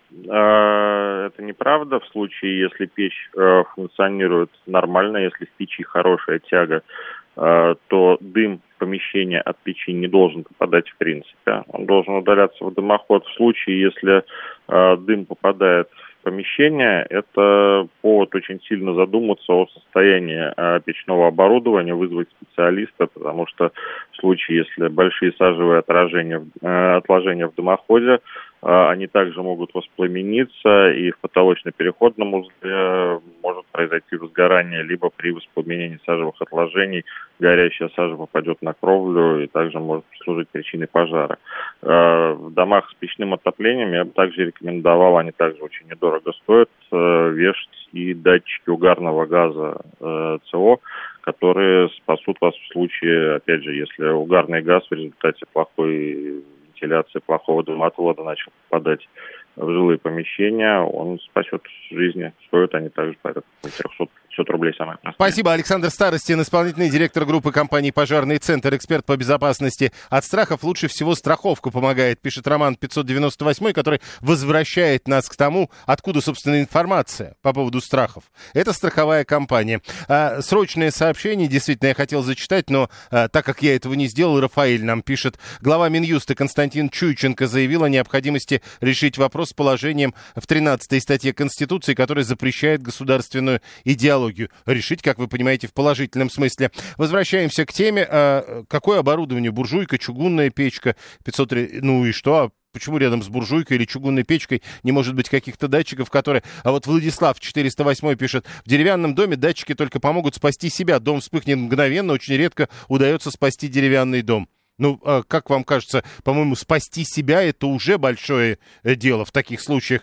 Это неправда. В случае, если печь функционирует нормально, если в печи хорошая тяга, то дым в помещение от печи не должен попадать в принципе. Он должен удаляться в дымоход. В случае, если дым попадает в помещение, это повод очень сильно задуматься о состоянии печного оборудования, вызвать специалиста, потому что в случае, если большие сажевые отложения в дымоходе, они также могут воспламениться, и в потолочно-переходном узле может произойти возгорание, либо при воспламенении сажевых отложений горящая сажа попадет на кровлю и также может служить причиной пожара. В домах с печным отоплением я бы также рекомендовал, они также очень недорого стоят, вешать и датчики угарного газа СО, которые спасут вас в случае, опять же, если угарный газ в результате плохой вентиляции, плохого дымотвода начал попадать в жилые помещения, он спасет жизни. Стоят они также порядка 300-500 500 рублей самое простое. Спасибо. Александр Старостин, исполнительный директор группы компании «Пожарный центр», эксперт по безопасности. От страхов лучше всего страховка помогает, пишет Роман 598, который возвращает нас к тому, откуда, собственно, информация по поводу страхов. Это страховая компания. Срочное сообщение, действительно, я хотел зачитать, но так как я этого не сделал, Рафаэль нам пишет. Глава Минюста Константин Чуйченко заявил о необходимости решить вопрос с положением в 13-й статье Конституции, которая запрещает государственную идеологию. Решить, как вы понимаете, в положительном смысле. Возвращаемся к теме. Какое оборудование? Буржуйка, чугунная печка, 503... Ну и что? Почему рядом с буржуйкой или чугунной печкой не может быть каких-то датчиков, которые... А вот Владислав 408 пишет, в деревянном доме датчики только помогут спасти себя. Дом вспыхнет мгновенно, очень редко удается спасти деревянный дом. Ну, как вам кажется, по-моему, спасти себя — это уже большое дело в таких случаях.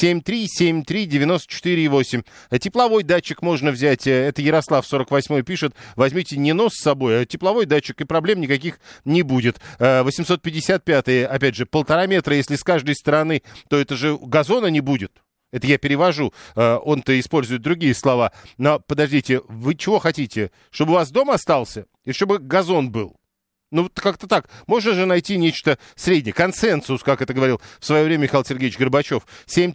7373948. Тепловой датчик можно взять. Это Ярослав 48 пишет. Возьмите не нос с собой, а тепловой датчик, и проблем никаких не будет. 855, опять же, 1,5 метра, если с каждой стороны, то это же газона не будет. Это я перевожу, он-то использует другие слова. Но подождите, вы чего хотите? Чтобы у вас дом остался? И чтобы газон был? Ну, как-то так. Можно же найти нечто среднее. Консенсус, как это говорил в свое время Михаил Сергеевич Горбачев.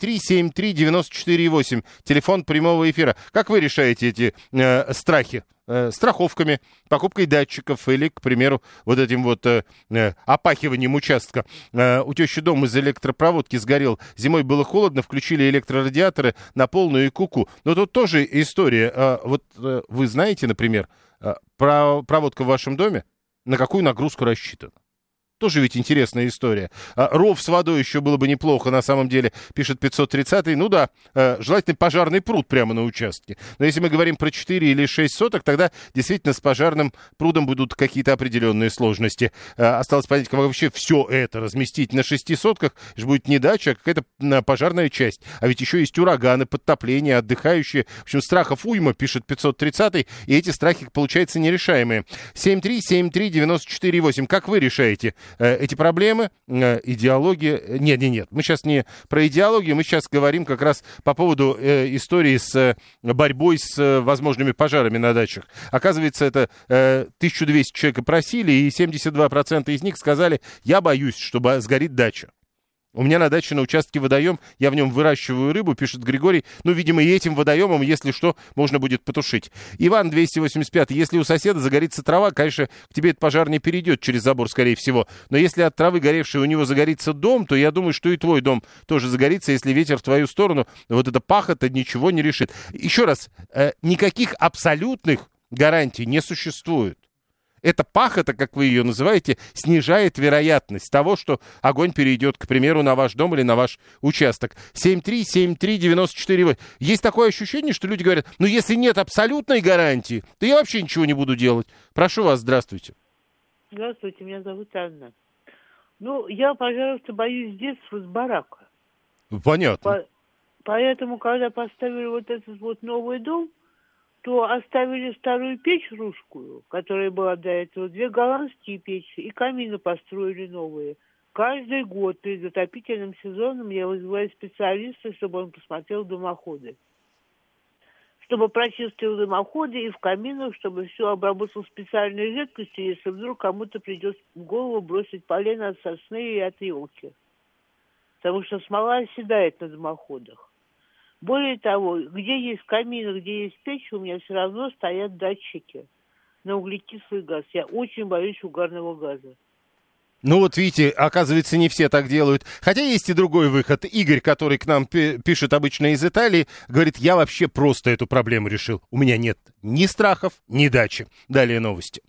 7373948. Телефон прямого эфира. Как вы решаете эти страхи? Страховками, покупкой датчиков или, к примеру, вот этим вот опахиванием участка. У тещи дом из электропроводки сгорел. Зимой было холодно, включили электрорадиаторы на полную и куку. Но тут тоже история. Вот вы знаете, например, проводка в вашем доме? На какую нагрузку рассчитан? Тоже ведь интересная история. Ров с водой еще было бы неплохо, на самом деле, пишет 530-й. Ну да, желательно пожарный пруд прямо на участке. Но если мы говорим про 4 или 6 соток, тогда действительно с пожарным прудом будут какие-то определенные сложности. Осталось понять, как вообще все это разместить на 6 сотках. Это же будет не дача, а какая-то пожарная часть. А ведь еще есть ураганы, подтопления, отдыхающие. В общем, страхов уйма, пишет 530-й. И эти страхи, получается, нерешаемые. 7373948. Как вы решаете эти проблемы, идеология... Нет, мы сейчас не про идеологию, мы сейчас говорим как раз по поводу истории с борьбой с возможными пожарами на дачах. Оказывается, это 1200 человек просили, и 72% из них сказали, я боюсь, чтобы сгорит дача. У меня на даче на участке водоем, я в нем выращиваю рыбу, пишет Григорий. Ну, видимо, и этим водоемом, если что, можно будет потушить. Иван 285. Если у соседа загорится трава, конечно, к тебе этот пожар не перейдет через забор, скорее всего. Но если от травы горевшей у него загорится дом, то я думаю, что и твой дом тоже загорится, если ветер в твою сторону. Вот эта пахота ничего не решит. Еще раз, никаких абсолютных гарантий не существует. Эта пахота, как вы ее называете, снижает вероятность того, что огонь перейдет, к примеру, на ваш дом или на ваш участок. 7373948. Есть такое ощущение, что люди говорят, ну, если нет абсолютной гарантии, то я вообще ничего не буду делать. Прошу вас, здравствуйте. Здравствуйте, меня зовут Анна. Ну, я, пожалуйста, боюсь с детства с барака. Понятно. Поэтому, когда поставили вот этот вот новый дом, то оставили старую печь русскую, которая была до этого, 2 голландские печи, и камины построили новые. Каждый год перед отопительным сезоном я вызываю специалиста, чтобы он посмотрел дымоходы. Чтобы прочистил дымоходы и в каминах, чтобы все обработал специальной жидкостью, если вдруг кому-то придет в голову бросить полено от сосны и от елки. Потому что смола оседает на дымоходах. Более того, где есть камин, где есть печь, у меня все равно стоят датчики на углекислый газ. Я очень боюсь угарного газа. Ну вот видите, оказывается, не все так делают. Хотя есть и другой выход. Игорь, который к нам пишет обычно из Италии, говорит, я вообще просто эту проблему решил. У меня нет ни страхов, ни дачи. Далее новости.